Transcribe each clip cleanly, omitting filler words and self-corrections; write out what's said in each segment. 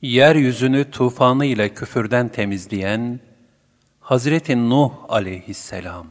Yeryüzünü tufanı ile küfürden temizleyen Hazreti Nuh aleyhisselam.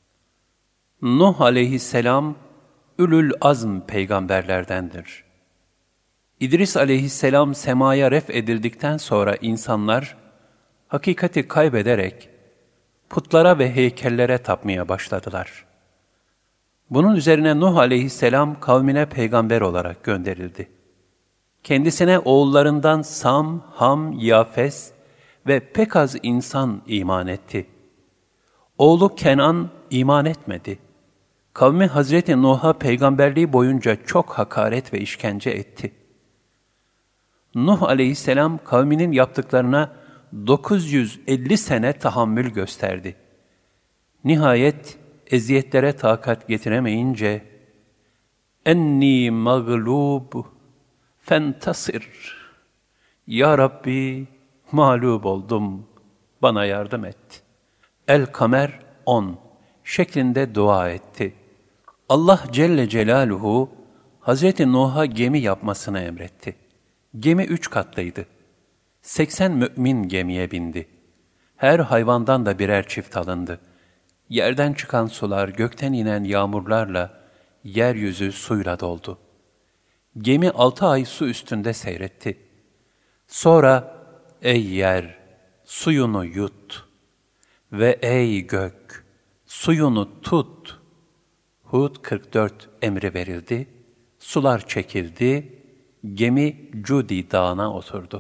Nuh aleyhisselam, Ülül Azm peygamberlerdendir. İdris aleyhisselam semaya ref edildikten sonra insanlar, hakikati kaybederek, putlara ve heykellere tapmaya başladılar. Bunun üzerine Nuh aleyhisselam kavmine peygamber olarak gönderildi. Kendisine oğullarından Sam, Ham, Yafes ve pek az insan iman etti. Oğlu Kenan iman etmedi. Kavmi Hazreti Nuh'a peygamberliği boyunca çok hakaret ve işkence etti. Nuh aleyhisselam kavminin yaptıklarına 950 sene tahammül gösterdi. Nihayet eziyetlere takat getiremeyince "Enni mağlub fentasir. Ya Rabbi, mağlup oldum, bana yardım et." El-Kamer 10 şeklinde dua etti. Allah Celle Celaluhu, Hazreti Nuh'a gemi yapmasını emretti. Gemi 3 katlıydı. 80 mümin gemiye bindi. Her hayvandan da birer çift alındı. Yerden çıkan sular, gökten inen yağmurlarla yeryüzü suyla doldu. Gemi 6 ay su üstünde seyretti. Sonra, ey yer, suyunu yut ve ey gök, suyunu tut. Hud 44 emri verildi, sular çekildi, gemi Cudi dağına oturdu.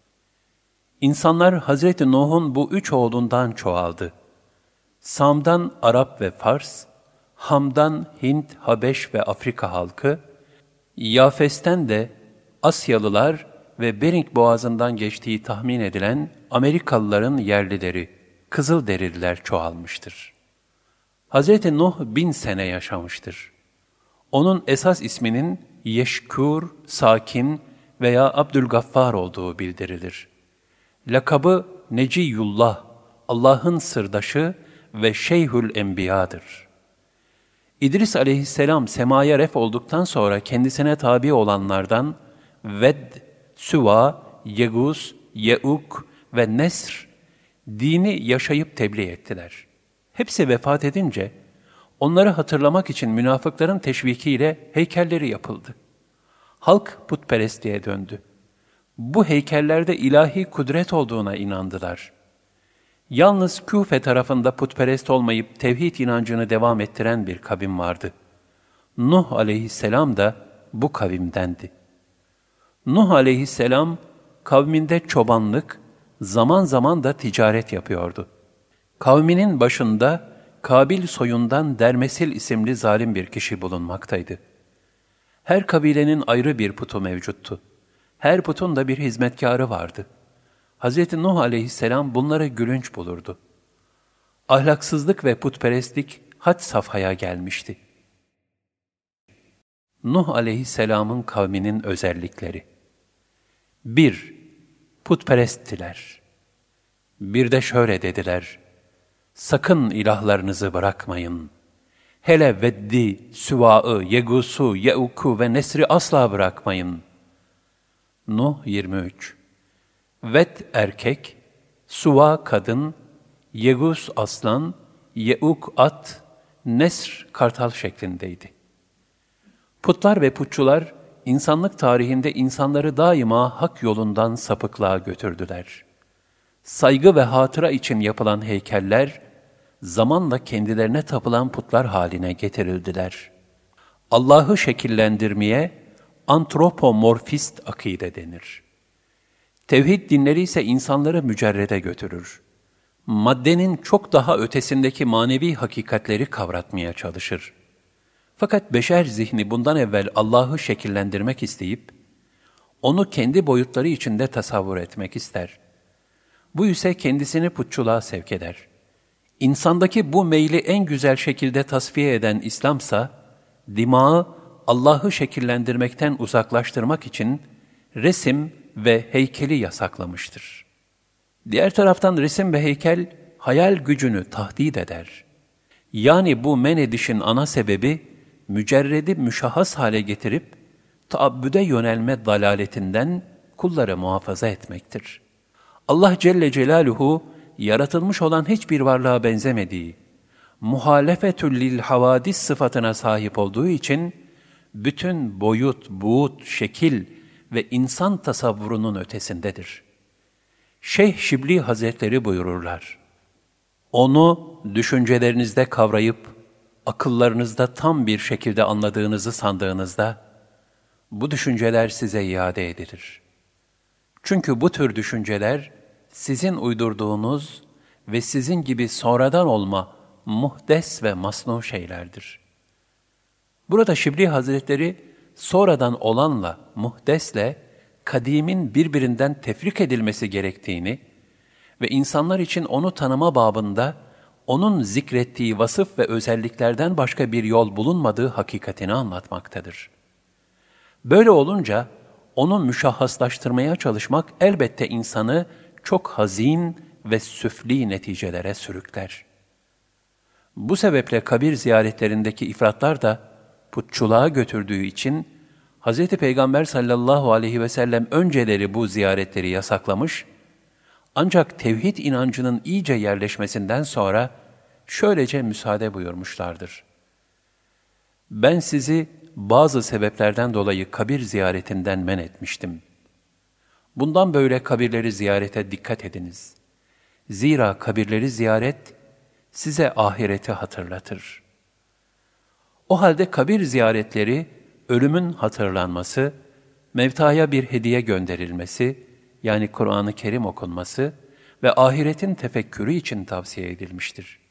İnsanlar Hazreti Nuh'un bu 3 oğlundan çoğaldı. Sam'dan Arap ve Fars, Ham'dan Hint, Habeş ve Afrika halkı, Yafes'ten de Asyalılar ve Bering Boğazı'ndan geçtiği tahmin edilen Amerikalıların yerlileri, Kızılderililer çoğalmıştır. Hazreti Nuh 1000 sene yaşamıştır. Onun esas isminin Yeşkur, Sakin veya Abdülgaffar olduğu bildirilir. Lakabı Neciyullah, Allah'ın sırdaşı ve Şeyhül Enbiya'dır. İdris aleyhisselam semaya ref olduktan sonra kendisine tabi olanlardan Ved, Süva, Yegus, Yeuk ve Nesr dini yaşayıp tebliğ ettiler. Hepsi vefat edince onları hatırlamak için münafıkların teşvikiyle heykelleri yapıldı. Halk putperestliğe döndü. Bu heykellerde ilahi kudret olduğuna inandılar. Yalnız Küfe tarafında putperest olmayıp tevhid inancını devam ettiren bir kavim vardı. Nuh aleyhisselam da bu kavimdendi. Nuh aleyhisselam kavminde çobanlık, zaman zaman da ticaret yapıyordu. Kavminin başında Kabil soyundan Dermesil isimli zalim bir kişi bulunmaktaydı. Her kabilenin ayrı bir putu mevcuttu. Her putun da bir hizmetkarı vardı. Hz. Nuh aleyhisselam bunları gülünç bulurdu. Ahlaksızlık ve putperestlik had safhaya gelmişti. Nuh aleyhisselamın kavminin özellikleri: 1. Putperesttiler. Bir de şöyle dediler: sakın ilahlarınızı bırakmayın. Hele Veddi, Süva'ı, Yegus'u, Yeuk'u ve Nesr'i asla bırakmayın. Nuh 23 Ved erkek, Suva kadın, Yegus aslan, Yeuk at, Nesr kartal şeklindeydi. Putlar ve putçular, insanlık tarihinde insanları daima hak yolundan sapıklığa götürdüler. Saygı ve hatıra için yapılan heykeller, zamanla kendilerine tapılan putlar haline getirildiler. Allah'ı şekillendirmeye antropomorfist akide denir. Tevhid dinleri ise insanları mücerrede götürür. Maddenin çok daha ötesindeki manevi hakikatleri kavratmaya çalışır. Fakat beşer zihni bundan evvel Allah'ı şekillendirmek isteyip, onu kendi boyutları içinde tasavvur etmek ister. Bu ise kendisini putçuluğa sevk eder. İnsandaki bu meyli en güzel şekilde tasfiye eden İslamsa, dimağı Allah'ı şekillendirmekten uzaklaştırmak için resim ve heykeli yasaklamıştır. Diğer taraftan resim ve heykel hayal gücünü tahdid eder. Yani bu men edişin ana sebebi, mücerredi müşahhas hale getirip, taabbüde yönelme dalaletinden kulları muhafaza etmektir. Allah Celle Celaluhu, yaratılmış olan hiçbir varlığa benzemediği, muhalefetül lil havadis sıfatına sahip olduğu için, bütün boyut, buğut, şekil ve insan tasavvurunun ötesindedir. Şeyh Şibli Hazretleri buyururlar, onu düşüncelerinizde kavrayıp, akıllarınızda tam bir şekilde anladığınızı sandığınızda, bu düşünceler size iade edilir. Çünkü bu tür düşünceler, sizin uydurduğunuz ve sizin gibi sonradan olma muhdes ve masnu şeylerdir. Burada Şibli Hazretleri, sonradan olanla, muhdesle, kadimin birbirinden tefrik edilmesi gerektiğini ve insanlar için onu tanıma babında, onun zikrettiği vasıf ve özelliklerden başka bir yol bulunmadığı hakikatini anlatmaktadır. Böyle olunca, onu müşahhaslaştırmaya çalışmak elbette insanı çok hazin ve süfli neticelere sürükler. Bu sebeple kabir ziyaretlerindeki ifratlar da putçuluğa götürdüğü için Hz. Peygamber sallallahu aleyhi ve sellem önceleri bu ziyaretleri yasaklamış, ancak tevhid inancının iyice yerleşmesinden sonra şöylece müsaade buyurmuşlardır. Ben sizi bazı sebeplerden dolayı kabir ziyaretinden men etmiştim. Bundan böyle kabirleri ziyarete dikkat ediniz. Zira kabirleri ziyaret size ahireti hatırlatır. O halde kabir ziyaretleri, ölümün hatırlanması, mevtaya bir hediye gönderilmesi, yani Kur'an-ı Kerim okunması ve ahiretin tefekkürü için tavsiye edilmiştir.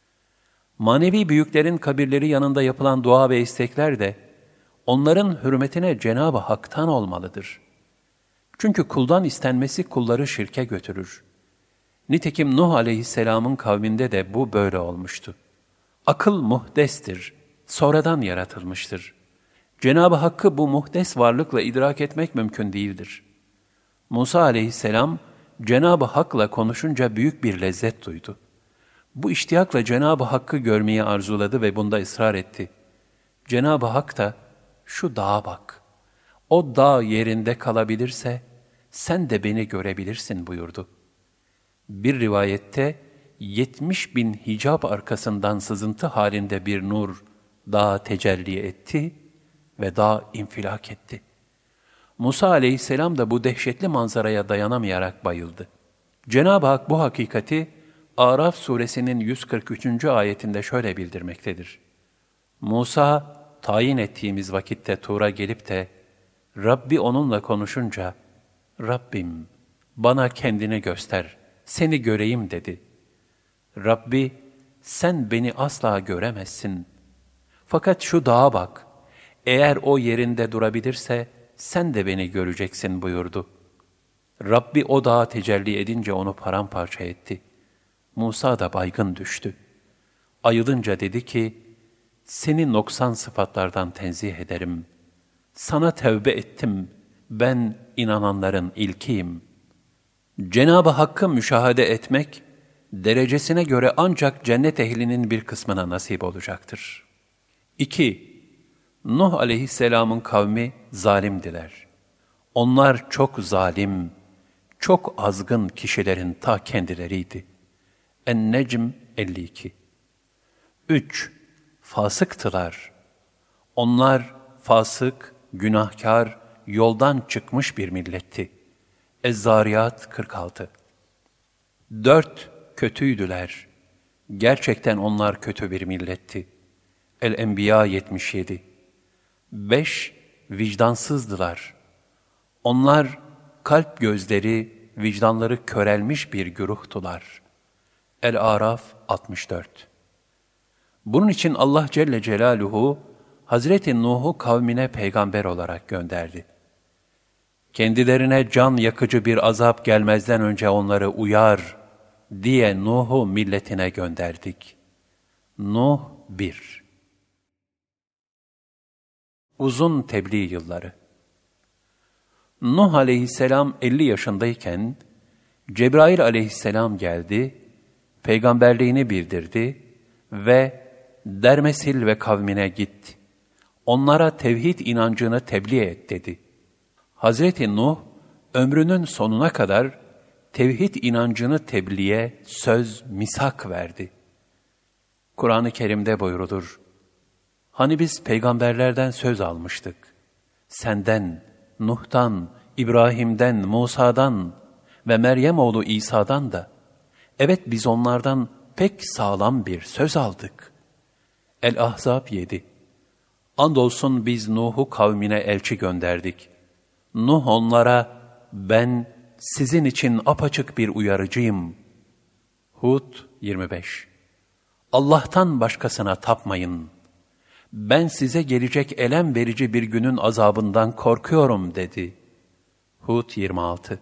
Manevi büyüklerin kabirleri yanında yapılan dua ve istekler de, onların hürmetine Cenab-ı Hak'tan olmalıdır. Çünkü kuldan istenmesi kulları şirke götürür. Nitekim Nuh aleyhisselamın kavminde de bu böyle olmuştu. Akıl muhdestir, sonradan yaratılmıştır. Cenab-ı Hakk'ı bu muhdes varlıkla idrak etmek mümkün değildir. Musa aleyhisselam, Cenab-ı Hak'la konuşunca büyük bir lezzet duydu. Bu iştiyakla Cenab-ı Hakk'ı görmeyi arzuladı ve bunda ısrar etti. Cenab-ı Hak da, şu dağa bak, o dağ yerinde kalabilirse, sen de beni görebilirsin buyurdu. Bir rivayette, 70.000 hicap arkasından sızıntı halinde bir nur, dağa tecelli etti ve dağ infilak etti. Musa aleyhisselam da bu dehşetli manzaraya dayanamayarak bayıldı. Cenab-ı Hak bu hakikati, Araf suresinin 143. ayetinde şöyle bildirmektedir. Musa, tayin ettiğimiz vakitte Tur'a gelip de, Rabbi onunla konuşunca, Rabbim, bana kendini göster, seni göreyim dedi. Rabbi, sen beni asla göremezsin. Fakat şu dağa bak, eğer o yerinde durabilirse, sen de beni göreceksin buyurdu. Rabbi o dağa tecelli edince onu paramparça etti. Musa da baygın düştü. Ayılınca dedi ki, seni noksan sıfatlardan tenzih ederim. Sana tevbe ettim, ben inananların ilkiyim. Cenab-ı Hakk'ı müşahede etmek, derecesine göre ancak cennet ehlinin bir kısmına nasip olacaktır. 2. Nuh aleyhisselamın kavmi zalimdiler. Onlar çok zalim, çok azgın kişilerin ta kendileriydi. En-Necm 52. 3. Fasıktılar. Onlar fasık, günahkar, yoldan çıkmış bir milletti. Ez-Zariyat 46. 4. Kötüydüler. Gerçekten onlar kötü bir milletti. El-Enbiya 77. 5. Vicdansızdılar. Onlar kalp gözleri, vicdanları körelmiş bir güruhtular. El-Araf 64. Bunun için Allah Celle Celaluhu, Hazreti Nuh'u kavmine peygamber olarak gönderdi. Kendilerine can yakıcı bir azap gelmezden önce onları uyar diye Nuh'u milletine gönderdik. Nuh 1. Uzun tebliğ yılları. Nuh aleyhisselam 50 yaşındayken, Cebrail aleyhisselam geldi, peygamberliğini bildirdi ve Dermesil ve kavmine git, onlara tevhid inancını tebliğ et dedi. Hazreti Nuh, ömrünün sonuna kadar tevhid inancını tebliğe söz, misak verdi. Kur'an-ı Kerim'de buyrulur: hani biz peygamberlerden söz almıştık. Senden, Nuh'tan, İbrahim'den, Musa'dan ve Meryem oğlu İsa'dan da, evet biz onlardan pek sağlam bir söz aldık. El-Ahzab 7. Andolsun biz Nuh'u kavmine elçi gönderdik. Nuh onlara, ben sizin için apaçık bir uyarıcıyım. Hud 25. Allah'tan başkasına tapmayın. Ben size gelecek elem verici bir günün azabından korkuyorum dedi. Hud 26.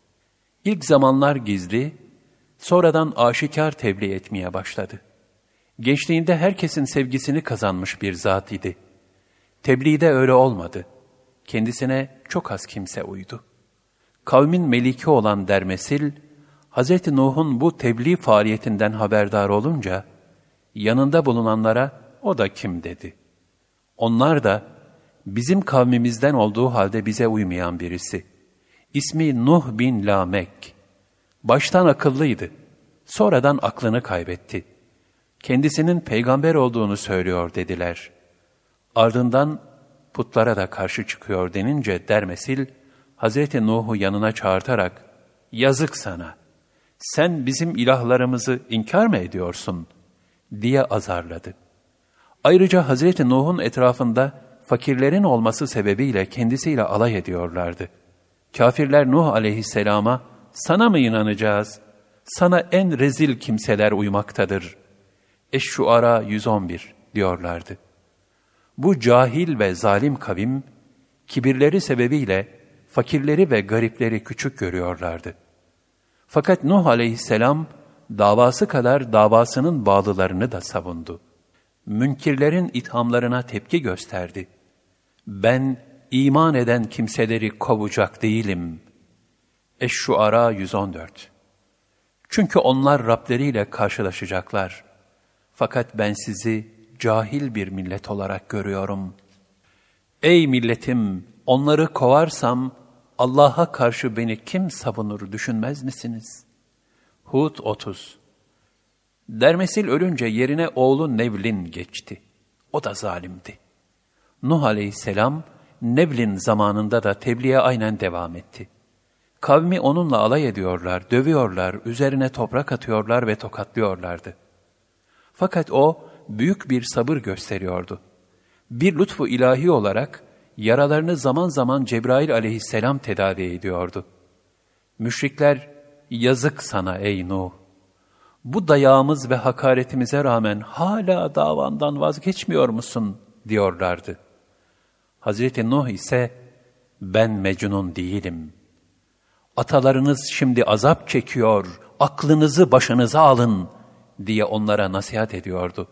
İlk zamanlar gizli, sonradan aşikar tebliğ etmeye başladı. Gençliğinde herkesin sevgisini kazanmış bir zat idi. Tebliğde öyle olmadı. Kendisine çok az kimse uydu. Kavmin meliki olan Dermesil, Hz. Nuh'un bu tebliğ faaliyetinden haberdar olunca, yanında bulunanlara o da kim dedi. Onlar da bizim kavmimizden olduğu halde bize uymayan birisi. İsmi Nuh bin Lamek. Baştan akıllıydı. Sonradan aklını kaybetti. Kendisinin peygamber olduğunu söylüyor dediler. Ardından putlara da karşı çıkıyor denince Dermesil, Hazreti Nuh'u yanına çağırtarak, yazık sana, sen bizim ilahlarımızı inkar mı ediyorsun diye azarladı. Ayrıca Hazreti Nuh'un etrafında fakirlerin olması sebebiyle kendisiyle alay ediyorlardı. Kafirler Nuh aleyhisselama, sana mı inanacağız? Sana en rezil kimseler uymaktadır. Eş-Şuara 111 diyorlardı. Bu cahil ve zalim kavim, kibirleri sebebiyle fakirleri ve garipleri küçük görüyorlardı. Fakat Nuh aleyhisselam, davası kadar davasının bağlılarını da savundu. Münkirlerin ithamlarına tepki gösterdi. Ben iman eden kimseleri kovacak değilim. Eş-Şuara 114. Çünkü onlar Rableriyle karşılaşacaklar. Fakat ben sizi cahil bir millet olarak görüyorum. Ey milletim, onları kovarsam Allah'a karşı beni kim savunur düşünmez misiniz? Hud 30. Dermesil ölünce yerine oğlu Nevlin geçti. O da zalimdi. Nuh aleyhisselam Nevlin zamanında da tebliğe aynen devam etti. Kavmi onunla alay ediyorlar, dövüyorlar, üzerine toprak atıyorlar ve tokatlıyorlardı. Fakat o büyük bir sabır gösteriyordu. Bir lütfu ilahi olarak yaralarını zaman zaman Cebrail aleyhisselam tedavi ediyordu. Müşrikler, yazık sana ey Nuh! Bu dayağımız ve hakaretimize rağmen hala davandan vazgeçmiyor musun diyorlardı. Hazreti Nuh ise, ben Mecnun değilim. Atalarınız şimdi azap çekiyor, aklınızı başınıza alın diye onlara nasihat ediyordu.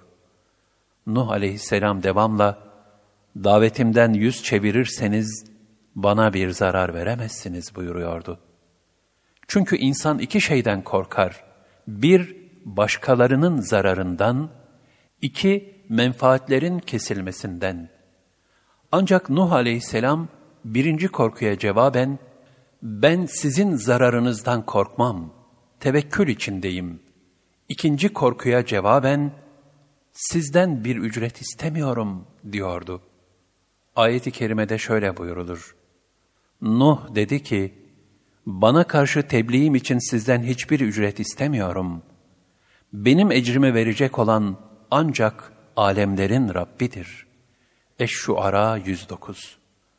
Nuh aleyhisselam devamla, davetimden yüz çevirirseniz bana bir zarar veremezsiniz buyuruyordu. Çünkü insan iki şeyden korkar. Bir, başkalarının zararından, iki, menfaatlerin kesilmesinden. Ancak Nuh aleyhisselam birinci korkuya cevaben, ben sizin zararınızdan korkmam, tevekkül içindeyim. İkinci korkuya cevaben, sizden bir ücret istemiyorum diyordu. Ayet-i kerimede şöyle buyurulur. Nuh dedi ki, bana karşı tebliğim için sizden hiçbir ücret istemiyorum. Benim ecrimi verecek olan ancak alemlerin Rabbidir. Eş-Şuara 109.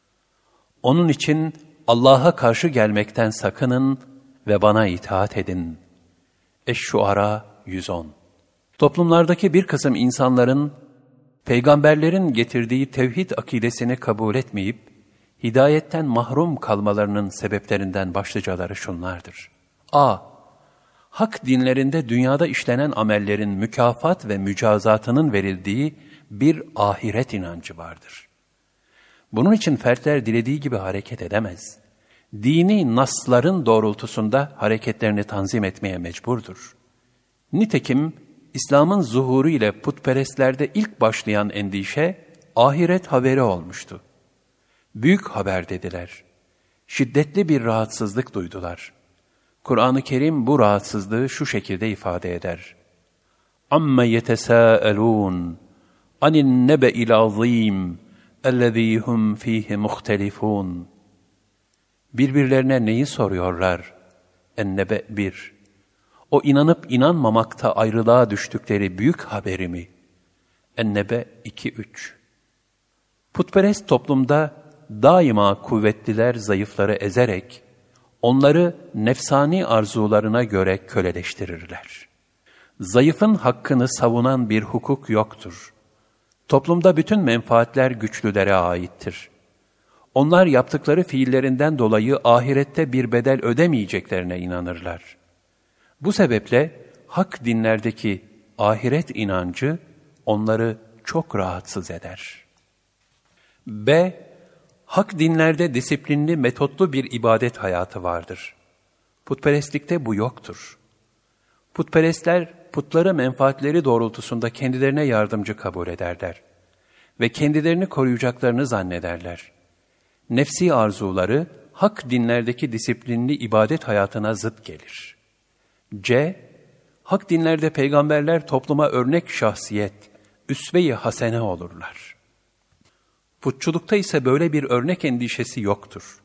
Onun için Allah'a karşı gelmekten sakının ve bana itaat edin. Eş-Şuara 110. Toplumlardaki bir kısım insanların, peygamberlerin getirdiği tevhid akidesini kabul etmeyip, hidayetten mahrum kalmalarının sebeplerinden başlıcaları şunlardır. A. Hak dinlerinde dünyada işlenen amellerin mükafat ve mücazatının verildiği bir ahiret inancı vardır. Bunun için fertler dilediği gibi hareket edemez. Dini nasların doğrultusunda hareketlerini tanzim etmeye mecburdur. Nitekim İslam'ın zuhuru ile putperestlerde ilk başlayan endişe ahiret haberi olmuştu. Büyük haber dediler. Şiddetli bir rahatsızlık duydular. Kur'an-ı Kerim bu rahatsızlığı şu şekilde ifade eder. Amma yetesâelûn anin nebe'il azîm ellezî hum fîhi muhtelifûn. Birbirlerine neyi soruyorlar? Ennebe 1. O inanıp inanmamakta ayrılığa düştükleri büyük haberi mi? Ennebe 2-3. Putperest toplumda daima kuvvetliler zayıfları ezerek, onları nefsani arzularına göre köleleştirirler. Zayıfın hakkını savunan bir hukuk yoktur. Toplumda bütün menfaatler güçlülere aittir. Onlar yaptıkları fiillerinden dolayı ahirette bir bedel ödemeyeceklerine inanırlar. Bu sebeple hak dinlerdeki ahiret inancı onları çok rahatsız eder. B. Hak dinlerde disiplinli, metotlu bir ibadet hayatı vardır. Putperestlikte bu yoktur. Putperestler, putları menfaatleri doğrultusunda kendilerine yardımcı kabul ederler ve kendilerini koruyacaklarını zannederler. Nefsi arzuları, hak dinlerdeki disiplinli ibadet hayatına zıt gelir. C. Hak dinlerde peygamberler topluma örnek şahsiyet, üsve-i hasene olurlar. Putçulukta ise böyle bir örnek endişesi yoktur.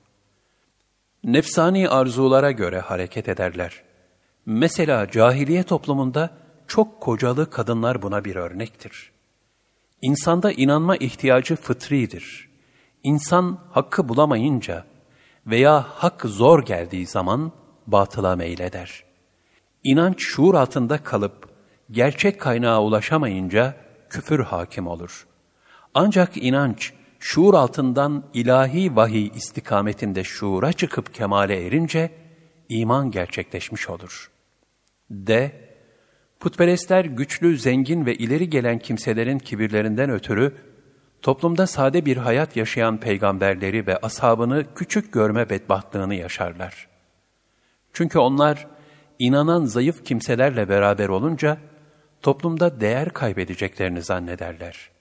Nefsani arzulara göre hareket ederler. Mesela cahiliye toplumunda çok kocalı kadınlar buna bir örnektir. İnsanda inanma ihtiyacı fıtridir. İnsan hakkı bulamayınca veya hak zor geldiği zaman batıla meyleder. İnanç şuur altında kalıp gerçek kaynağa ulaşamayınca küfür hakim olur. Ancak inanç şuur altından ilahi vahiy istikametinde şuura çıkıp kemale erince iman gerçekleşmiş olur. D. Putperestler güçlü, zengin ve ileri gelen kimselerin kibirlerinden ötürü toplumda sade bir hayat yaşayan peygamberleri ve ashabını küçük görme bedbahtlığını yaşarlar. Çünkü onlar inanan zayıf kimselerle beraber olunca toplumda değer kaybedeceklerini zannederler.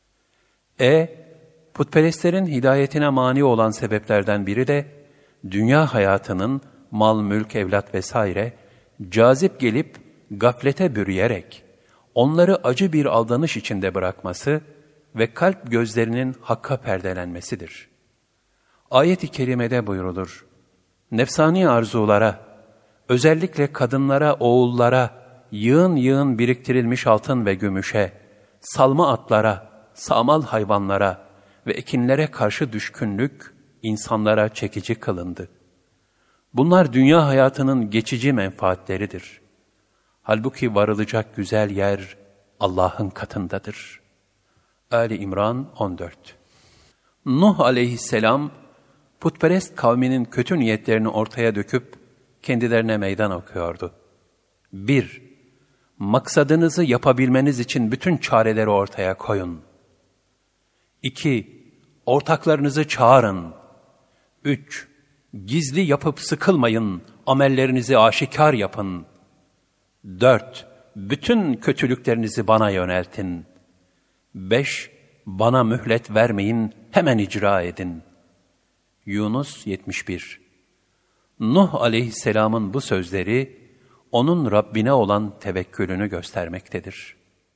Putperestlerin hidayetine mani olan sebeplerden biri de dünya hayatının mal, mülk, evlat vesaire cazip gelip gaflete bürüyerek onları acı bir aldanış içinde bırakması ve kalp gözlerinin hakka perdelenmesidir. Ayet-i kerimede buyrulur. Nefsani arzulara, özellikle kadınlara, oğullara, yığın yığın biriktirilmiş altın ve gümüşe, salma atlara, sağmal hayvanlara ve ekinlere karşı düşkünlük insanlara çekici kılındı. Bunlar dünya hayatının geçici menfaatleridir. Halbuki varılacak güzel yer Allah'ın katındadır. Ali İmran 14. Nuh aleyhisselam, putperest kavminin kötü niyetlerini ortaya döküp kendilerine meydan okuyordu. 1. Maksadınızı yapabilmeniz için bütün çareleri ortaya koyun. 2. Ortaklarınızı çağırın. 3. Gizli yapıp sıkılmayın, amellerinizi aşikar yapın. 4. Bütün kötülüklerinizi bana yöneltin. 5. Bana mühlet vermeyin, hemen icra edin. Yunus 71. Nuh aleyhisselamın bu sözleri, onun Rabbine olan tevekkülünü göstermektedir.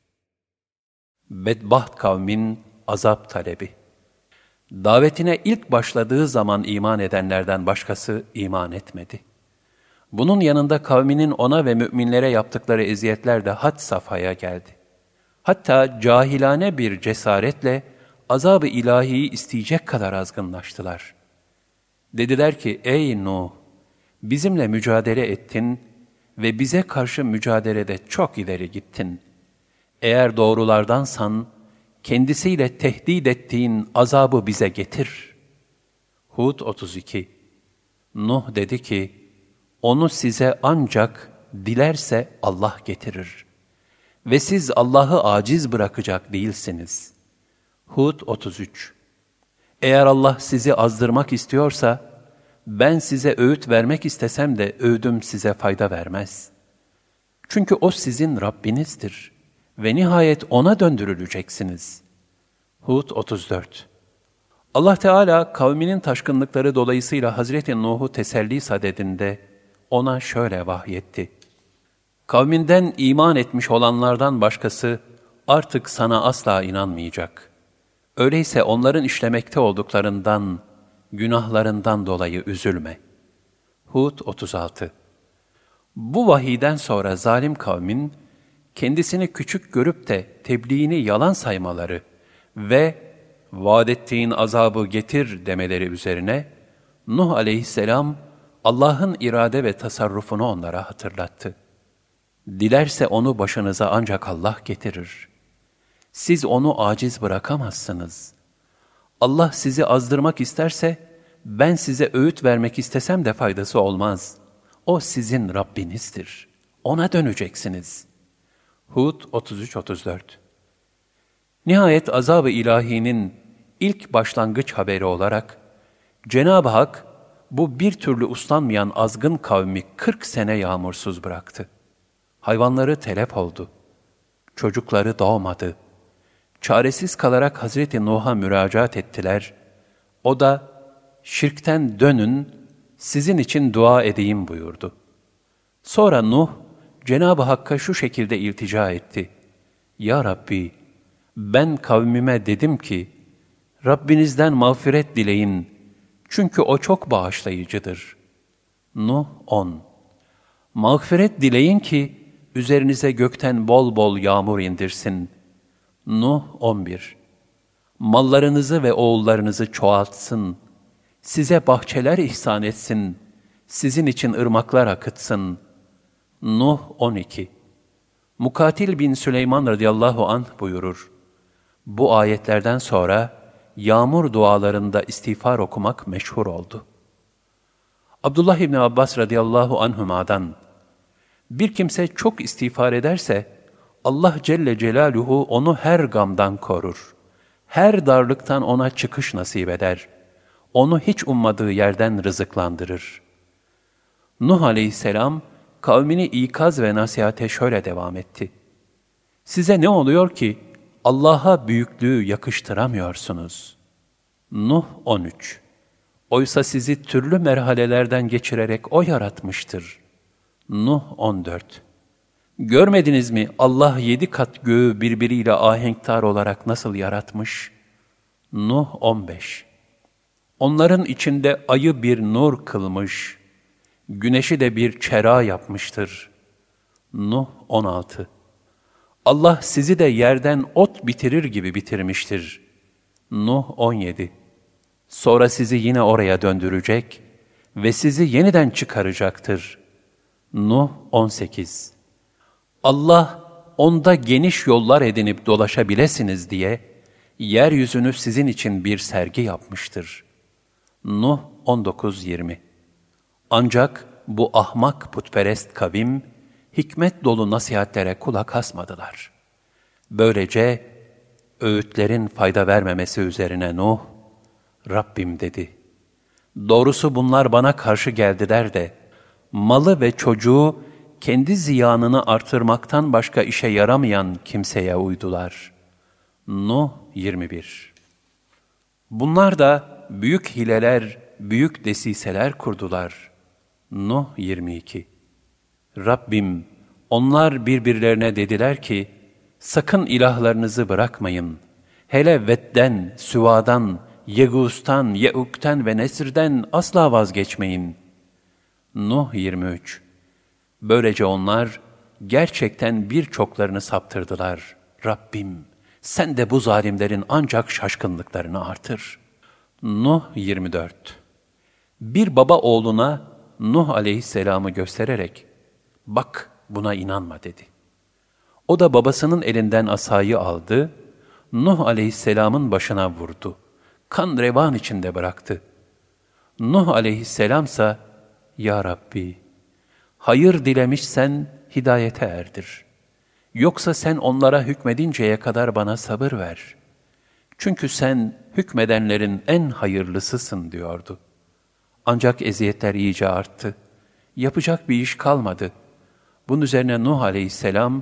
Bedbaht kavmin azap talebi. Davetine ilk başladığı zaman iman edenlerden başkası iman etmedi. Bunun yanında kavminin ona ve müminlere yaptıkları eziyetler de had safhaya geldi. Hatta cahilane bir cesaretle azab-ı ilahiyi isteyecek kadar azgınlaştılar. Dediler ki, ey Nuh, bizimle mücadele ettin ve bize karşı mücadelede çok ileri gittin. Eğer doğrulardansan, kendisiyle tehdit ettiğin azabı bize getir. Hud 32. Nuh dedi ki, onu size ancak dilerse Allah getirir. Ve siz Allah'ı aciz bırakacak değilsiniz. Hud 33. Eğer Allah sizi azdırmak istiyorsa, ben size öğüt vermek istesem de öğüdüm size fayda vermez. Çünkü o sizin Rabbinizdir ve nihayet ona döndürüleceksiniz. Hud 34. Allah Teala kavminin taşkınlıkları dolayısıyla Hazreti Nuh'u teselli sadedinde ona şöyle vahyetti. Kavminden iman etmiş olanlardan başkası artık sana asla inanmayacak. Öyleyse onların işlemekte olduklarından, günahlarından dolayı üzülme. Hud 36. Bu vahiyden sonra zalim kavmin, kendisini küçük görüp de tebliğini yalan saymaları ve vaad ettiğin azabı getir demeleri üzerine, Nuh aleyhisselam Allah'ın irade ve tasarrufunu onlara hatırlattı. Dilerse onu başınıza ancak Allah getirir. Siz onu aciz bırakamazsınız. Allah sizi azdırmak isterse, ben size öğüt vermek istesem de faydası olmaz. O sizin Rabbinizdir. Ona döneceksiniz. Hud 33-34. Nihayet azab-ı ilahinin ilk başlangıç haberi olarak, Cenab-ı Hak bu bir türlü uslanmayan azgın kavmi 40 sene yağmursuz bıraktı. Hayvanları telef oldu. Çocukları doğmadı. Çaresiz kalarak Hazreti Nuh'a müracaat ettiler. O da, şirkten dönün, sizin için dua edeyim buyurdu. Sonra Nuh, Cenab-ı Hakk'a şu şekilde iltica etti. Ya Rabbi, ben kavmime dedim ki, Rabbinizden mağfiret dileyin, çünkü O çok bağışlayıcıdır. Nuh 10. Mağfiret dileyin ki, üzerinize gökten bol bol yağmur indirsin. Nuh 11. Mallarınızı ve oğullarınızı çoğaltsın. Size bahçeler ihsan etsin. Sizin için ırmaklar akıtsın. Nuh 12. Mukatil bin Süleyman radıyallahu anh buyurur. Bu ayetlerden sonra yağmur dualarında istiğfar okumak meşhur oldu. Abdullah İbni Abbas radıyallahu anhuma'dan, bir kimse çok istiğfar ederse, Allah Celle Celaluhu onu her gamdan korur. Her darlıktan ona çıkış nasip eder. Onu hiç ummadığı yerden rızıklandırır. Nuh aleyhisselam, kavmini ikaz ve nasihate şöyle devam etti. Size ne oluyor ki Allah'a büyüklüğü yakıştıramıyorsunuz? Nuh 13. Oysa sizi türlü merhalelerden geçirerek O yaratmıştır. Nuh 14. Görmediniz mi Allah 7 kat göğü birbiriyle ahenktar olarak nasıl yaratmış? Nuh 15. Onların içinde ayı bir nur kılmış, güneşi de bir çera yapmıştır. Nuh 16. Allah sizi de yerden ot bitirir gibi bitirmiştir. Nuh 17. Sonra sizi yine oraya döndürecek ve sizi yeniden çıkaracaktır. Nuh 18. Allah, onda geniş yollar edinip dolaşabilesiniz diye, yeryüzünü sizin için bir sergi yapmıştır. Nuh 19-20. Ancak bu ahmak putperest kavim, hikmet dolu nasihatlere kulak asmadılar. Böylece, öğütlerin fayda vermemesi üzerine Nuh, Rabbim dedi, doğrusu bunlar bana karşı geldiler de, malı ve çocuğu kendi ziyanını artırmaktan başka işe yaramayan kimseye uydular. Nuh 21. Bunlar da büyük hileler, büyük desiseler kurdular. Nuh 22. Rabbim, onlar birbirlerine dediler ki, sakın ilahlarınızı bırakmayın. Hele Ved'den, Süva'dan, Yegus'tan, Yeuk'ten ve Nesr'den asla vazgeçmeyin. Nuh 23. Böylece onlar gerçekten birçoklarını saptırdılar. Rabbim, sen de bu zalimlerin ancak şaşkınlıklarını artır. Nuh 24. Bir baba oğluna Nuh aleyhisselamı göstererek, bak buna inanma dedi. O da babasının elinden asayı aldı, Nuh aleyhisselamın başına vurdu. Kan revan içinde bıraktı. Nuh aleyhisselamsa, Ya Rabbi, hayır dilemişsen hidayete erdir. Yoksa sen onlara hükmedinceye kadar bana sabır ver. Çünkü sen hükmedenlerin en hayırlısısın diyordu. Ancak eziyetler iyice arttı. Yapacak bir iş kalmadı. Bunun üzerine Nuh aleyhisselam,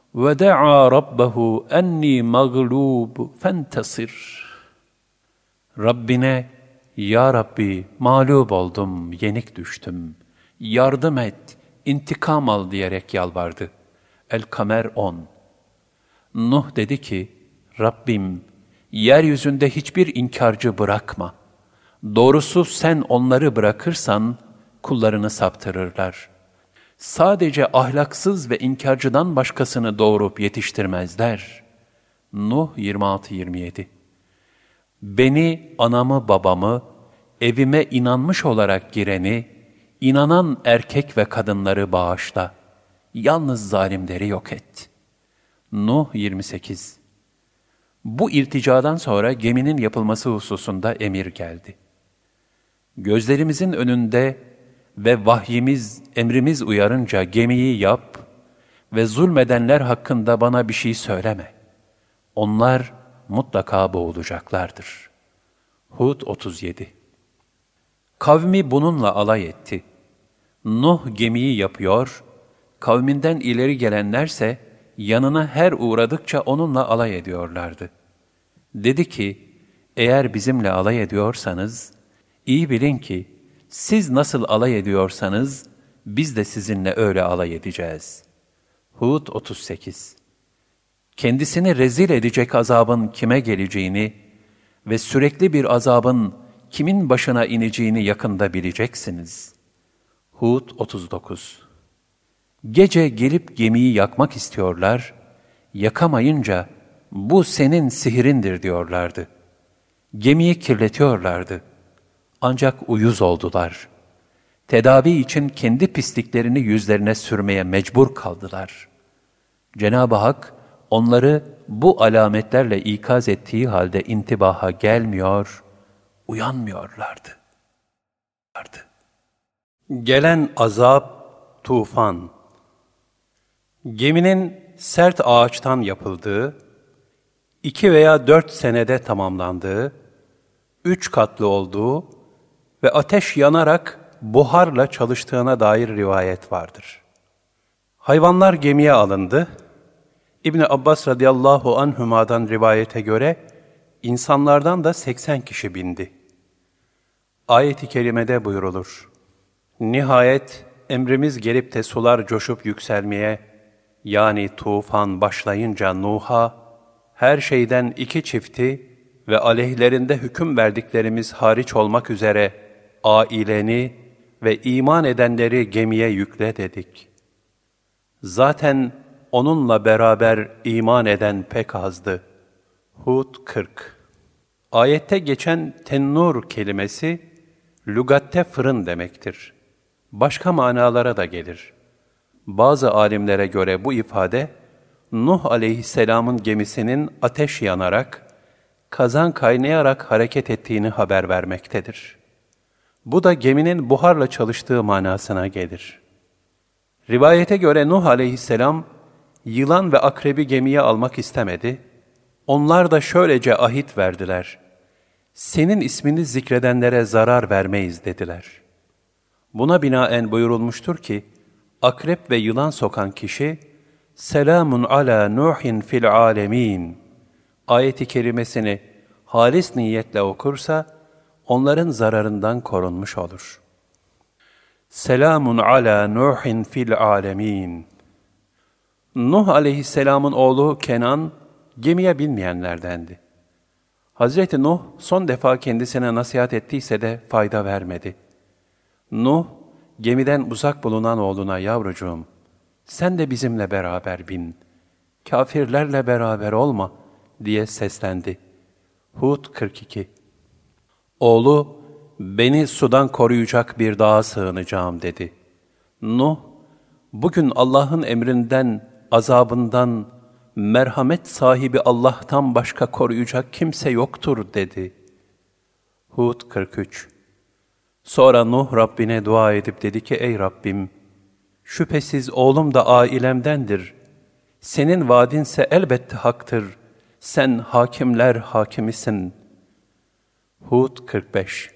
وَدَعَا رَبَّهُ اَنِّي مَغْلُوبُ فَانْتَصِرْ Rabbine, "Ya Rabbi, mağlup oldum, yenik düştüm. Yardım et, intikam al," diyerek yalvardı. El-Kamer 10. Nuh dedi ki, "Rabbim, yeryüzünde hiçbir inkarcı bırakma. Doğrusu sen onları bırakırsan kullarını saptırırlar. Sadece ahlaksız ve inkarcıdan başkasını doğurup yetiştirmezler." Nuh 26-27. "Beni, anamı, babamı, evime inanmış olarak gireni, inanan erkek ve kadınları bağışla. Yalnız zalimleri yok et." Nuh 28. Bu irticadan sonra geminin yapılması hususunda emir geldi. Gözlerimizin önünde ve vahyimiz, emrimiz uyarınca gemiyi yap ve zulmedenler hakkında bana bir şey söyleme. Onlar mutlaka boğulacaklardır. Hud 37. Kavmi bununla alay etti. Nuh gemiyi yapıyor, kavminden ileri gelenlerse yanına her uğradıkça onunla alay ediyorlardı. Dedi ki, "Eğer bizimle alay ediyorsanız, iyi bilin ki siz nasıl alay ediyorsanız biz de sizinle öyle alay edeceğiz." Hud 38. Kendisini rezil edecek azabın kime geleceğini ve sürekli bir azabın kimin başına ineceğini yakında bileceksiniz. Hud 39. Gece gelip gemiyi yakmak istiyorlar, yakamayınca "Bu senin sihirindir," diyorlardı. Gemiyi kirletiyorlardı. Ancak uyuz oldular. Tedavi için kendi pisliklerini yüzlerine sürmeye mecbur kaldılar. Cenab-ı Hak onları bu alametlerle ikaz ettiği halde intibaha gelmiyor, uyanmıyorlardı. Gelen azap, tufan. Geminin sert ağaçtan yapıldığı, 2 veya 4 senede tamamlandığı, 3 katlı olduğu ve ateş yanarak buharla çalıştığına dair rivayet vardır. Hayvanlar gemiye alındı. İbn Abbas radıyallahu anhuma'dan rivayete göre insanlardan da 80 kişi bindi. Ayet-i kerimede buyurulur: "Nihayet emrimiz gelip de sular coşup yükselmeye, yani tufan başlayınca Nuh'a, her şeyden 2 çifti ve aleyhlerinde hüküm verdiklerimiz hariç olmak üzere aileni ve iman edenleri gemiye yükle dedik. Zaten onunla beraber iman eden pek azdı." Hud 40. Ayette geçen tennur kelimesi, lügatte fırın demektir. Başka manalara da gelir. Bazı alimlere göre bu ifade, Nuh aleyhisselamın gemisinin ateş yanarak, kazan kaynayarak hareket ettiğini haber vermektedir. Bu da geminin buharla çalıştığı manasına gelir. Rivayete göre Nuh aleyhisselam, yılan ve akrebi gemiye almak istemedi. Onlar da şöylece ahit verdiler: "Senin ismini zikredenlere zarar vermeyiz," dediler. Buna binaen buyurulmuştur ki, akrep ve yılan sokan kişi, "Selamun ala Nuhin fil alemin" ayeti kerimesini halis niyetle okursa, onların zararından korunmuş olur. Selamun ala Nuhin fil alemin. Nuh aleyhisselamın oğlu Kenan, gemiye binmeyenlerdendi. Hazreti Nuh son defa kendisine nasihat ettiyse de fayda vermedi. Nuh, gemiden uzak bulunan oğluna, "Yavrucuğum, sen de bizimle beraber bin, kafirlerle beraber olma," diye seslendi. Hud 42. Oğlu, "Beni sudan koruyacak bir dağa sığınacağım," dedi. Nuh, "Bugün Allah'ın emrinden, azabından, merhamet sahibi Allah'tan başka koruyacak kimse yoktur," dedi. Hud 43. Sonra Nuh Rabbine dua edip dedi ki, "Ey Rabbim, şüphesiz oğlum da ailemdendir. Senin vaadinse elbette haktır. Sen hakimler hakimisin." Hud 45.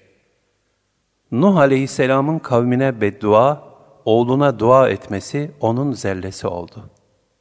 Nuh aleyhisselamın kavmine beddua, oğluna dua etmesi onun zellesi oldu.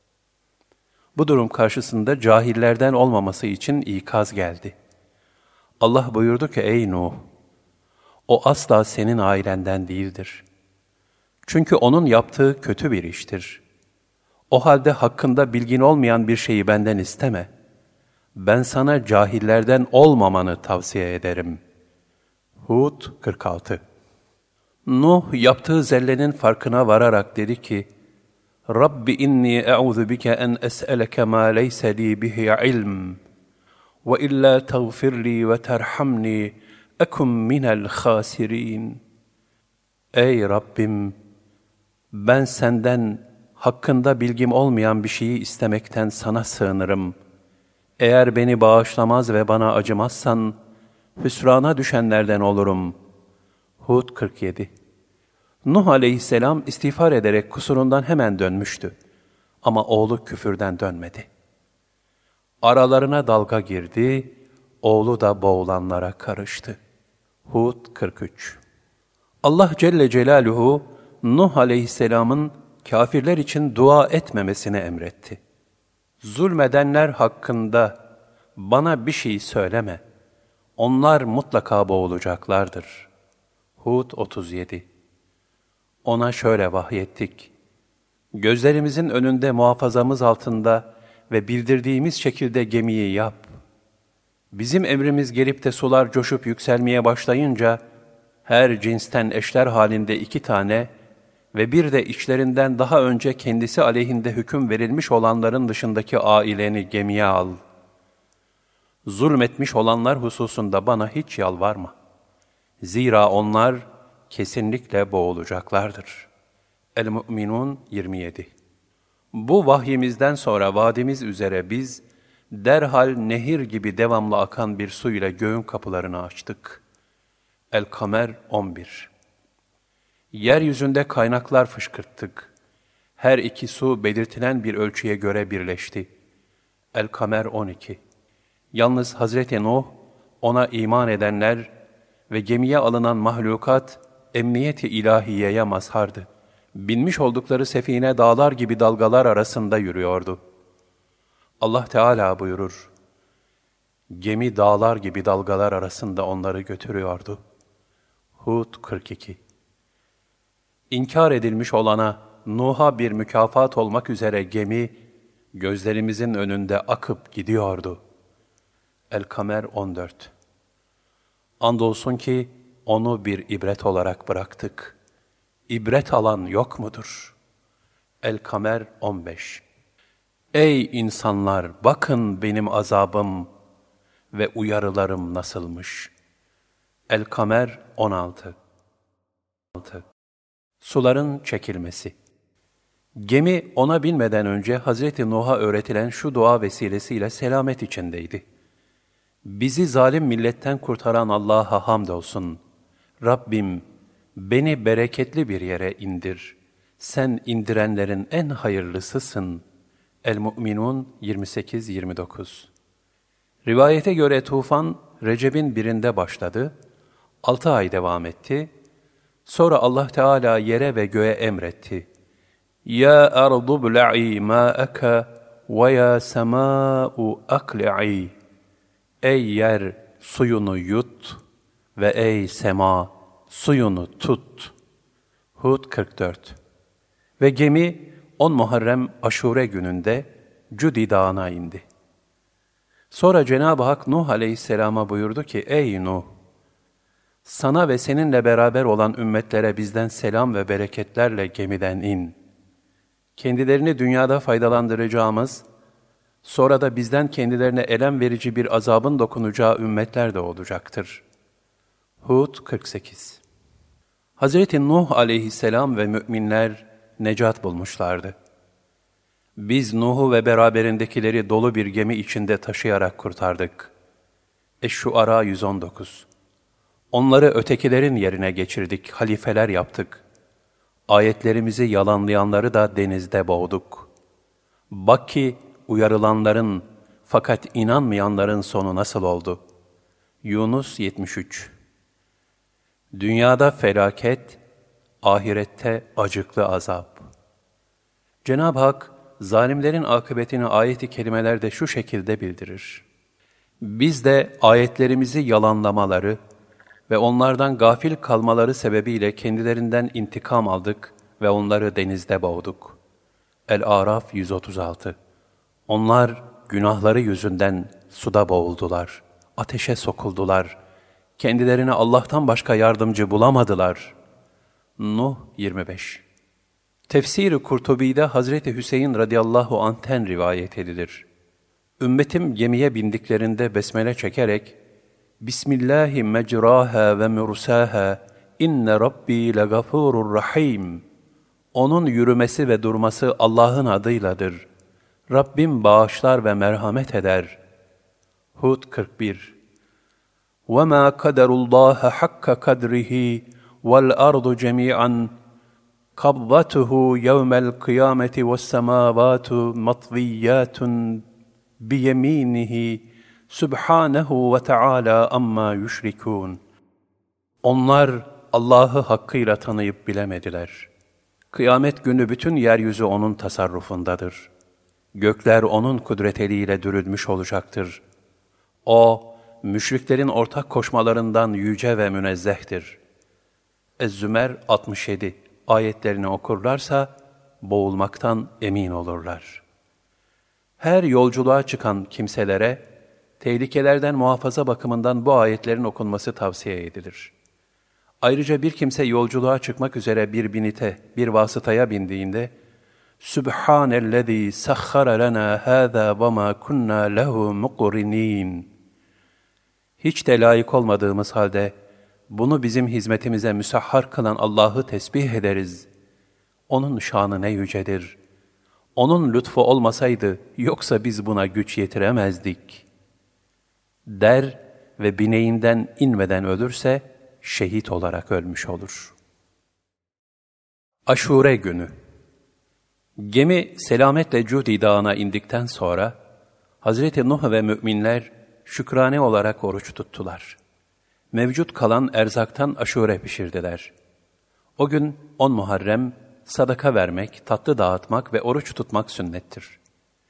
Bu durum karşısında cahillerden olmaması için ikaz geldi. Allah buyurdu ki, ey Nuh, o asla senin ailenden değildir. Çünkü onun yaptığı kötü bir iştir. O halde hakkında bilgin olmayan bir şeyi benden isteme. Ben sana cahillerden olmamanı tavsiye ederim. Hud 46. Nuh yaptığı zellenin farkına vararak dedi ki, Rabbi inni e'udhu bike en es'eleke ma leyse li bihi ilm ve illa tağfirli ve terhamni ekum minel khasirin. Ey Rabbim! Ben senden hakkında bilgim olmayan bir şeyi istemekten sana sığınırım. Eğer beni bağışlamaz ve bana acımazsan, hüsrana düşenlerden olurum. Hud 47. Nuh aleyhisselam istiğfar ederek kusurundan hemen dönmüştü. Ama oğlu küfürden dönmedi. Aralarına dalga girdi, oğlu da boğulanlara karıştı. Hud 43. Allah Celle Celaluhu, Nuh aleyhisselamın kafirler için dua etmemesini emretti. Zulmedenler hakkında bana bir şey söyleme. Onlar mutlaka boğulacaklardır. Hud 37. Ona şöyle vahyettik. Gözlerimizin önünde muhafazamız altında ve bildirdiğimiz şekilde gemiyi yap. Bizim emrimiz gelip de sular coşup yükselmeye başlayınca, her cinsten eşler halinde 2 tane ve bir de içlerinden daha önce kendisi aleyhinde hüküm verilmiş olanların dışındaki aileni gemiye al. Zulmetmiş olanlar hususunda bana hiç yalvarma. Zira onlar kesinlikle boğulacaklardır. El-Mü'minun 27. Bu vahyimizden sonra vadimiz üzere biz, derhal nehir gibi devamlı akan bir su ile göğün kapılarını açtık. El-Kamer 11. Yeryüzünde kaynaklar fışkırttık. Her 2 su belirtilen bir ölçüye göre birleşti. El-Kamer 12. Yalnız Hazreti Nuh, ona iman edenler ve gemiye alınan mahlukat, emniyeti ilahiyeye mazhardı. Binmiş oldukları sefine dağlar gibi dalgalar arasında yürüyordu. Allah Teala buyurur, gemi dağlar gibi dalgalar arasında onları götürüyordu. Hud 42. İnkar edilmiş olana, Nuh'a bir mükafat olmak üzere gemi, gözlerimizin önünde akıp gidiyordu. El-Kamer 14. Andolsun ki onu bir ibret olarak bıraktık. İbret alan yok mudur? El-Kamer 15. Ey insanlar, bakın benim azabım ve uyarılarım nasılmış. El-Kamer 16. Suların çekilmesi. Gemi ona binmeden önce Hazreti Nuh'a öğretilen şu dua vesilesiyle selamet içindeydi. Bizi zalim milletten kurtaran Allah'a hamdolsun. Rabbim, beni bereketli bir yere indir. Sen indirenlerin en hayırlısısın. El-Mü'minun 28-29. Rivayete göre tufan Recep'in 1'inde başladı, 6 ay devam etti. Sonra Allah Teala yere ve göğe emretti. Ya ardu bla'i ma'aka ve ya sema'u akli'i. Ey yer suyunu yut ve ey sema suyunu tut. Hud 44. Ve gemi 10 Muharrem Aşure gününde Cudi Dağı'na indi. Sonra Cenab-ı Hak Nuh Aleyhisselam'a buyurdu ki, ey Nuh! Sana ve seninle beraber olan ümmetlere bizden selam ve bereketlerle gemiden in. Kendilerini dünyada faydalandıracağımız, sonra da bizden kendilerine elem verici bir azabın dokunacağı ümmetler de olacaktır. Hud 48. Hazreti Nuh aleyhisselam ve müminler necat bulmuşlardı. Biz Nuh'u ve beraberindekileri dolu bir gemi içinde taşıyarak kurtardık. Eş-Şuara 119. Onları ötekilerin yerine geçirdik, halifeler yaptık. Ayetlerimizi yalanlayanları da denizde boğduk. Bak ki uyarılanların fakat inanmayanların sonu nasıl oldu? Yunus 73. Dünyada felaket, ahirette acıklı azap. Cenab-ı Hak, zalimlerin akıbetini ayet-i kerimelerde şu şekilde bildirir. Biz de ayetlerimizi yalanlamaları ve onlardan gafil kalmaları sebebiyle kendilerinden intikam aldık ve onları denizde boğduk. El-Araf 136. Onlar günahları yüzünden suda boğuldular, ateşe sokuldular, kendilerine Allah'tan başka yardımcı bulamadılar. Nuh 25. Tefsir-i Kurtubi'de Hazreti Hüseyin radıyallahu anh'ten rivayet edilir. Ümmetim gemiye bindiklerinde besmele çekerek Bismillahi mecraha ve mursaha inne rabbi legafurur rahim. Onun yürümesi ve durması Allah'ın adıyladır. Rabbim bağışlar ve merhamet eder. Hud 41. وَمَا قَدَرُ اللّٰهَ حَقَّ قَدْرِهِ وَالْأَرْضُ جَمِيعًا قَبْضَتُهُ يَوْمَ الْقِيَامَةِ وَالسَّمَاوَاتُ مَطْوِيَّاتٌ بِيَمِينِهِ سُبْحَانَهُ وَتَعَالَى أَمَّا يُشْرِكُونَ. Onlar Allah'ı hakkıyla tanıyıp bilemediler. Kıyamet günü bütün yeryüzü O'nun tasarrufundadır. Gökler O'nun kudret eliyle dürülmüş olacaktır. O, müşriklerin ortak koşmalarından yüce ve münezzehtir. Ez-Zümer 67 ayetlerini okurlarsa boğulmaktan emin olurlar. Her yolculuğa çıkan kimselere tehlikelerden muhafaza bakımından bu ayetlerin okunması tavsiye edilir. Ayrıca bir kimse yolculuğa çıkmak üzere bir binite, bir vasıtaya bindiğinde Sübhanellezî sahhara lana hâzâ ve mâ kunnâ lehu muqrinîn. Hiç de layık olmadığımız halde bunu bizim hizmetimize müsahhar kılan Allah'ı tesbih ederiz. O'nun şanı ne yücedir. O'nun lütfu olmasaydı yoksa biz buna güç yetiremezdik. Der ve bineğinden inmeden ölürse şehit olarak ölmüş olur. Aşure günü. Gemi selametle Cudi Dağı'na indikten sonra Hazreti Nuh ve müminler şükrane olarak oruç tuttular. Mevcut kalan erzaktan aşure pişirdiler. O gün 10 Muharrem sadaka vermek, tatlı dağıtmak ve oruç tutmak sünnettir.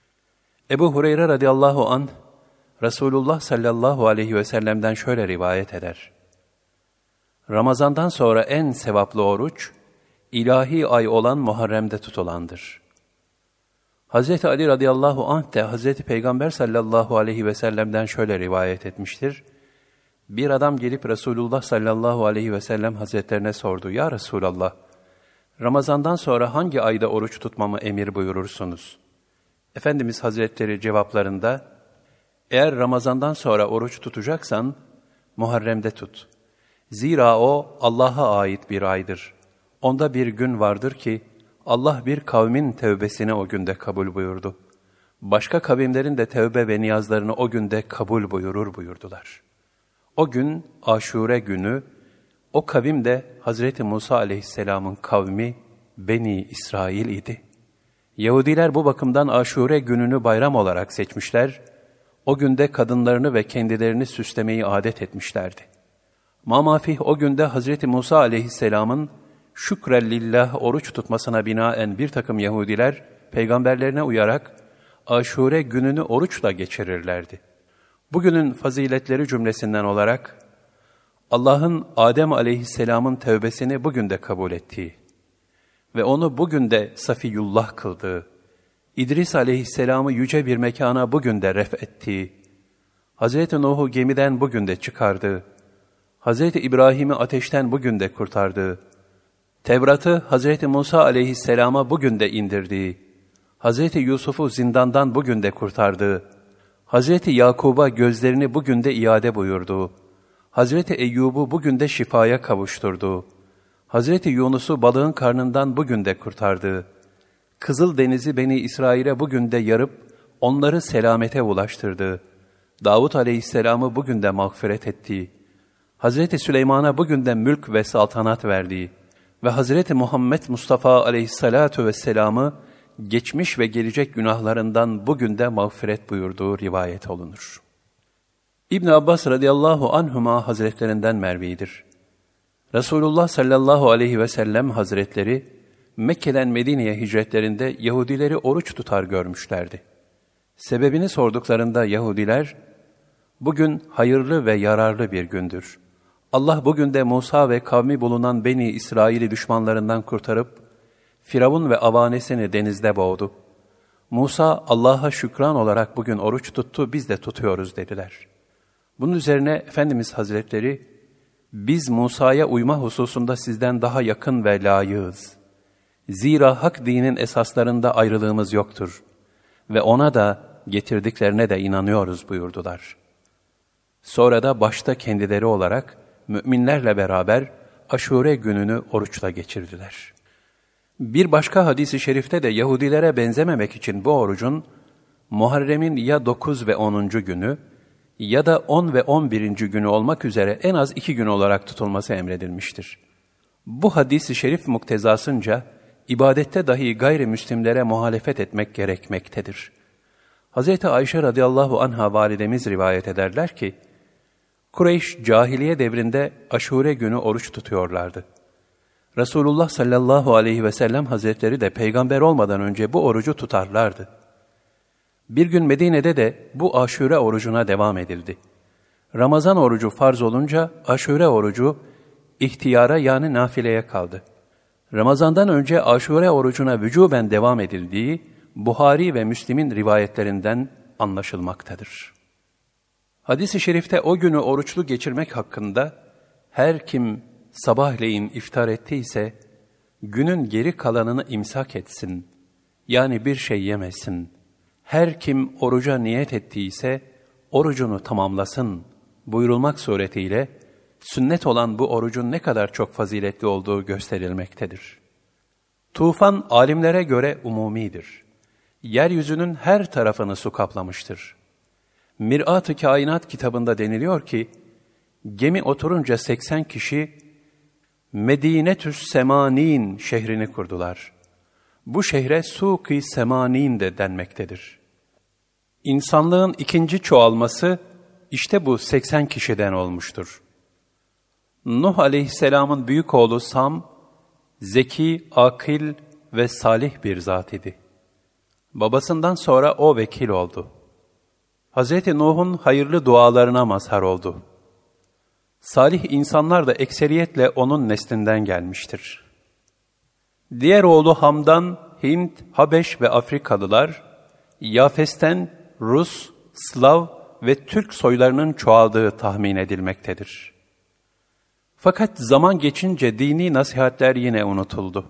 Ebu Hureyre radıyallahu anh, Resulullah sallallahu aleyhi ve sellem'den şöyle rivayet eder. Ramazandan sonra en sevaplı oruç, ilahi ay olan Muharrem'de tutulandır. Hazreti Ali radıyallahu anh de Hazreti Peygamber sallallahu aleyhi ve sellem'den şöyle rivayet etmiştir. Bir adam gelip Resulullah sallallahu aleyhi ve sellem hazretlerine sordu. Ya Resulallah, Ramazandan sonra hangi ayda oruç tutmamı emir buyurursunuz? Efendimiz Hazretleri cevaplarında, eğer Ramazandan sonra oruç tutacaksan, Muharrem'de tut. Zira o Allah'a ait bir aydır. Onda bir gün vardır ki, Allah bir kavmin tevbesini o günde kabul buyurdu. Başka kavimlerin de tevbe ve niyazlarını o günde kabul buyurur buyurdular. O gün Aşure günü, o kavim de Hazreti Musa aleyhisselamın kavmi Beni İsrail idi. Yahudiler bu bakımdan Aşure gününü bayram olarak seçmişler, o günde kadınlarını ve kendilerini süslemeyi adet etmişlerdi. Mamafih o günde Hazreti Musa aleyhisselamın şükrellillah oruç tutmasına binaen bir takım Yahudiler, peygamberlerine uyarak Aşure gününü oruçla geçirirlerdi. Bugünün faziletleri cümlesinden olarak, Allah'ın Adem aleyhisselamın tevbesini bugün de kabul ettiği ve onu bugün de Safiyullah kıldığı, İdris aleyhisselamı yüce bir mekana bugün de ref ettiği, Hazreti Nuh'u gemiden bugün de çıkardığı, Hazreti İbrahim'i ateşten bugün de kurtardığı, Tevrat'ı Hazreti Musa aleyhisselama bugün de indirdiği, Hazreti Yusuf'u zindandan bugün de kurtardığı, Hazreti Yakub'a gözlerini bugün de iade buyurduğu, Hazreti Eyyub'u bugün de şifaya kavuşturduğu, Hazreti Yunus'u balığın karnından bugün de kurtardığı, Kızıldeniz'i Beni İsrail'e bugün de yarıp onları selamete ulaştırdığı, Davud aleyhisselamı bugün de mağfiret ettiği, Hazreti Süleyman'a bugün de mülk ve saltanat verdiği ve Hazreti Muhammed Mustafa aleyhissalatu vesselam'ı geçmiş ve gelecek günahlarından bugün de mağfiret buyurduğu rivayet olunur. İbn Abbas radıyallahu anhuma hazretlerinden mervidir. Resulullah sallallahu aleyhi ve sellem hazretleri Mekke'den Medine'ye hicretlerinde Yahudileri oruç tutar görmüşlerdi. Sebebini sorduklarında Yahudiler, Bugün hayırlı ve yararlı bir gündür. Allah bugün de Musa ve kavmi bulunan Beni İsrail'i düşmanlarından kurtarıp, Firavun ve avanesini denizde boğdu. Musa, Allah'a şükran olarak bugün oruç tuttu, biz de tutuyoruz dediler. Bunun üzerine Efendimiz Hazretleri, biz Musa'ya uyma hususunda sizden daha yakın ve layığız. Zira hak dinin esaslarında ayrılığımız yoktur ve ona da getirdiklerine de inanıyoruz buyurdular. Sonra da başta kendileri olarak müminlerle beraber Aşure gününü oruçla geçirdiler. Bir başka hadis-i şerifte de Yahudilere benzememek için bu orucun Muharrem'in ya 9 ve 10. günü ya da 10 ve 11. günü olmak üzere en az 2 gün olarak tutulması emredilmiştir. Bu hadis-i şerif muktezasınca ibadette dahi gayrimüslimlere muhalefet etmek gerekmektedir. Hz. Ayşe radıyallahu anha validemiz rivayet ederler ki, Kureyş cahiliye devrinde Aşure günü oruç tutuyorlardı. Resulullah sallallahu aleyhi ve sellem hazretleri de peygamber olmadan önce bu orucu tutarlardı. Bir gün Medine'de de bu Aşure orucuna devam edildi. Ramazan orucu farz olunca Aşure orucu ihtiyara yani nafileye kaldı. Ramazandan önce Aşure orucuna vücuben devam edildiği Buhari ve Müslim'in rivayetlerinden anlaşılmaktadır. Hadis-i şerifte o günü oruçlu geçirmek hakkında her kim sabahleyin iftar ettiyse günün geri kalanını imsak etsin, yani bir şey yemesin. Her kim oruca niyet ettiyse orucunu tamamlasın buyurulmak suretiyle sünnet olan bu orucun ne kadar çok faziletli olduğu gösterilmektedir. Tufan alimlere göre umumidir. Yeryüzünün her tarafını su kaplamıştır. Mirat-ı Kainat kitabında deniliyor ki, gemi oturunca 80 kişi Medinetü's Semanin şehrini kurdular. Bu şehre Suq-i Semanin de denmektedir. İnsanlığın ikinci çoğalması işte bu 80 kişiden olmuştur. Nuh aleyhisselamın büyük oğlu Sam, zeki, akil ve salih bir zat idi. Babasından sonra o vekil oldu. Hz. Nuh'un hayırlı dualarına mazhar oldu. Salih insanlar da ekseriyetle onun neslinden gelmiştir. Diğer oğlu Ham'dan Hint, Habeş ve Afrikalılar, Yafes'ten Rus, Slav ve Türk soylarının çoğaldığı tahmin edilmektedir. Fakat zaman geçince dini nasihatler yine unutuldu.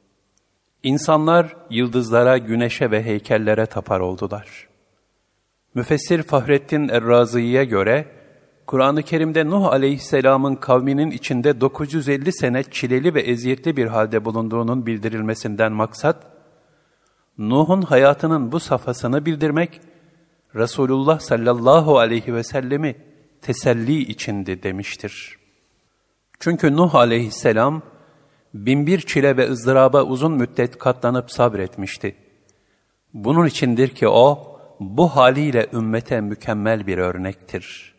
İnsanlar yıldızlara, güneşe ve heykellere tapar oldular. Müfessir Fahrettin Er-Razi'ye göre, Kur'an-ı Kerim'de Nuh aleyhisselamın kavminin içinde 950 sene çileli ve eziyetli bir halde bulunduğunun bildirilmesinden maksat, Nuh'un hayatının bu safhasını bildirmek, Resulullah sallallahu aleyhi ve sellemi teselli içindi demiştir. Çünkü Nuh aleyhisselam, 1001 çile ve ızdıraba uzun müddet katlanıp sabretmişti. Bunun içindir ki o, bu haliyle ümmete mükemmel bir örnektir.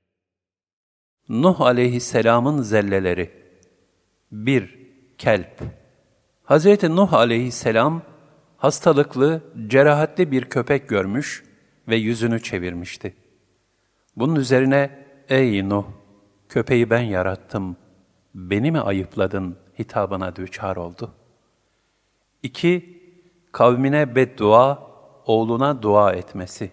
Nuh aleyhisselamın zelleleri. 1. Kelp. Hazreti Nuh aleyhisselam, hastalıklı, cerahatli bir köpek görmüş ve yüzünü çevirmişti. Bunun üzerine, ''Ey Nuh, köpeği ben yarattım, beni mi ayıpladın?'' hitabına düçar oldu. 2. Kavmine beddua, oğluna dua etmesi.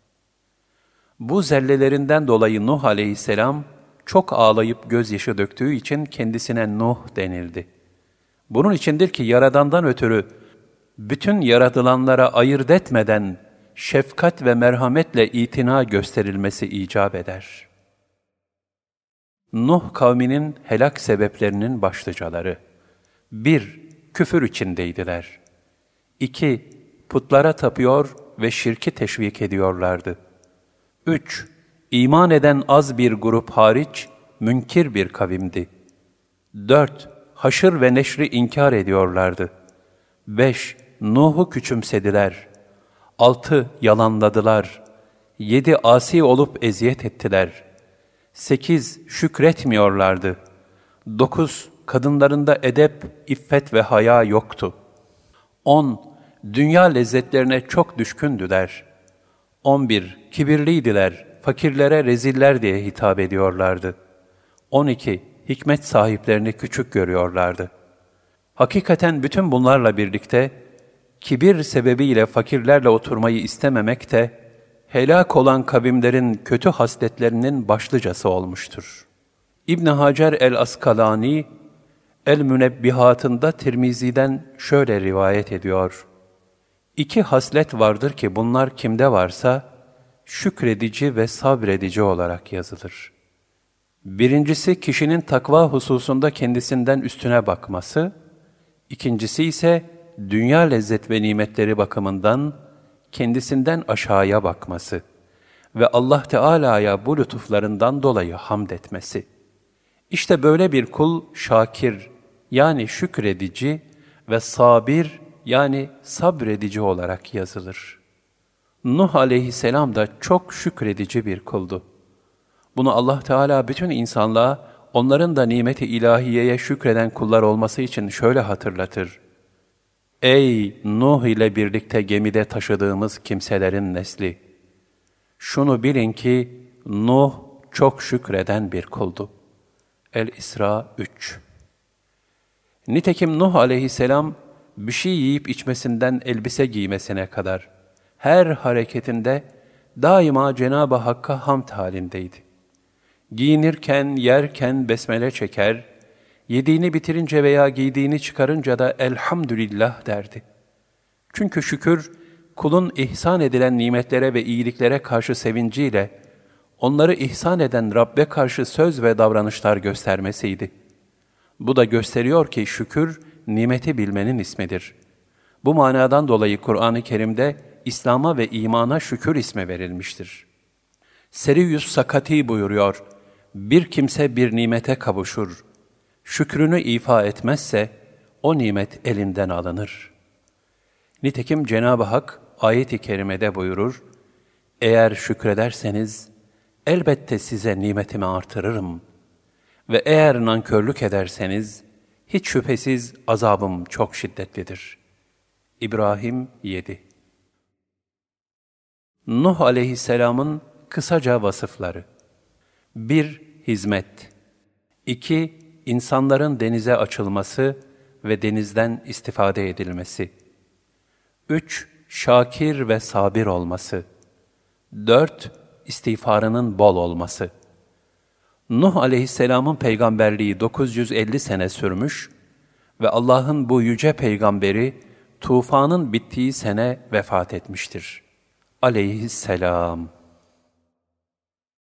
Bu zellelerinden dolayı Nuh aleyhisselam, çok ağlayıp gözyaşı döktüğü için kendisine Nuh denildi. Bunun içindir ki Yaradan'dan ötürü, bütün yaratılanlara ayırt etmeden şefkat ve merhametle itina gösterilmesi icap eder. Nuh kavminin helak sebeplerinin başlıcaları. 1. Küfür içindeydiler. 2. Putlara tapıyor ve şirki teşvik ediyorlardı. 3. İman eden az bir grup hariç, münkir bir kavimdi. 4. Haşır ve neşri inkar ediyorlardı. 5. Nuh'u küçümsediler. 6. Yalanladılar. 7. Asi olup eziyet ettiler. 8. Şükretmiyorlardı. 9. Kadınlarında edep, iffet ve haya yoktu. 10. Dünya lezzetlerine çok düşkündüler. 11. Kibirliydiler. fakirlere reziller diye hitap ediyorlardı. 12. Hikmet sahiplerini küçük görüyorlardı. Hakikaten bütün bunlarla birlikte, kibir sebebiyle fakirlerle oturmayı istememek de, helak olan kavimlerin kötü hasletlerinin başlıcası olmuştur. İbn Hacer el-Askalani, El-Münebbihat'ında Tirmizi'den şöyle rivayet ediyor. 2 haslet vardır ki bunlar kimde varsa, şükredici ve sabredici olarak yazılır. Birincisi, kişinin takva hususunda kendisinden üstüne bakması, İkincisi ise dünya lezzet ve nimetleri bakımından kendisinden aşağıya bakması ve Allah Teala'ya bu lütuflarından dolayı hamd etmesi. İşte böyle bir kul şakir yani şükredici ve sabir yani sabredici olarak yazılır. Nuh aleyhisselam da çok şükredici bir kuldu. Bunu Allah Teala bütün insanlığa, onların da nimet-i ilahiyeye şükreden kullar olması için şöyle hatırlatır. Ey Nuh ile birlikte gemide taşıdığımız kimselerin nesli! Şunu bilin ki Nuh çok şükreden bir kuldu. El-İsra 3. Nitekim Nuh aleyhisselam bir şey yiyip içmesinden elbise giymesine kadar her hareketinde daima Cenab-ı Hakk'a hamd halindeydi. Giyinirken, yerken besmele çeker, yediğini bitirince veya giydiğini çıkarınca da elhamdülillah derdi. Çünkü şükür, kulun ihsan edilen nimetlere ve iyiliklere karşı sevinciyle, onları ihsan eden Rabbe karşı söz ve davranışlar göstermesiydi. Bu da gösteriyor ki şükür, nimeti bilmenin ismidir. Bu manadan dolayı Kur'an-ı Kerim'de İslam'a ve imana şükür ismi verilmiştir. Seriyyus Sakati buyuruyor, bir kimse bir nimete kavuşur, şükrünü ifa etmezse o nimet elinden alınır. Nitekim Cenab-ı Hak ayet-i kerimede buyurur, eğer şükrederseniz elbette size nimetimi artırırım ve eğer nankörlük ederseniz hiç şüphesiz azabım çok şiddetlidir. İbrahim 7. Nuh aleyhisselamın kısaca vasıfları. 1. Hizmet. 2. İnsanların denize açılması ve denizden istifade edilmesi. 3. Şakir ve sabir olması. 4. İstiğfarının bol olması. Nuh aleyhisselamın peygamberliği 950 sene sürmüş ve Allah'ın bu yüce peygamberi tufanın bittiği sene vefat etmiştir. Aleyhisselam.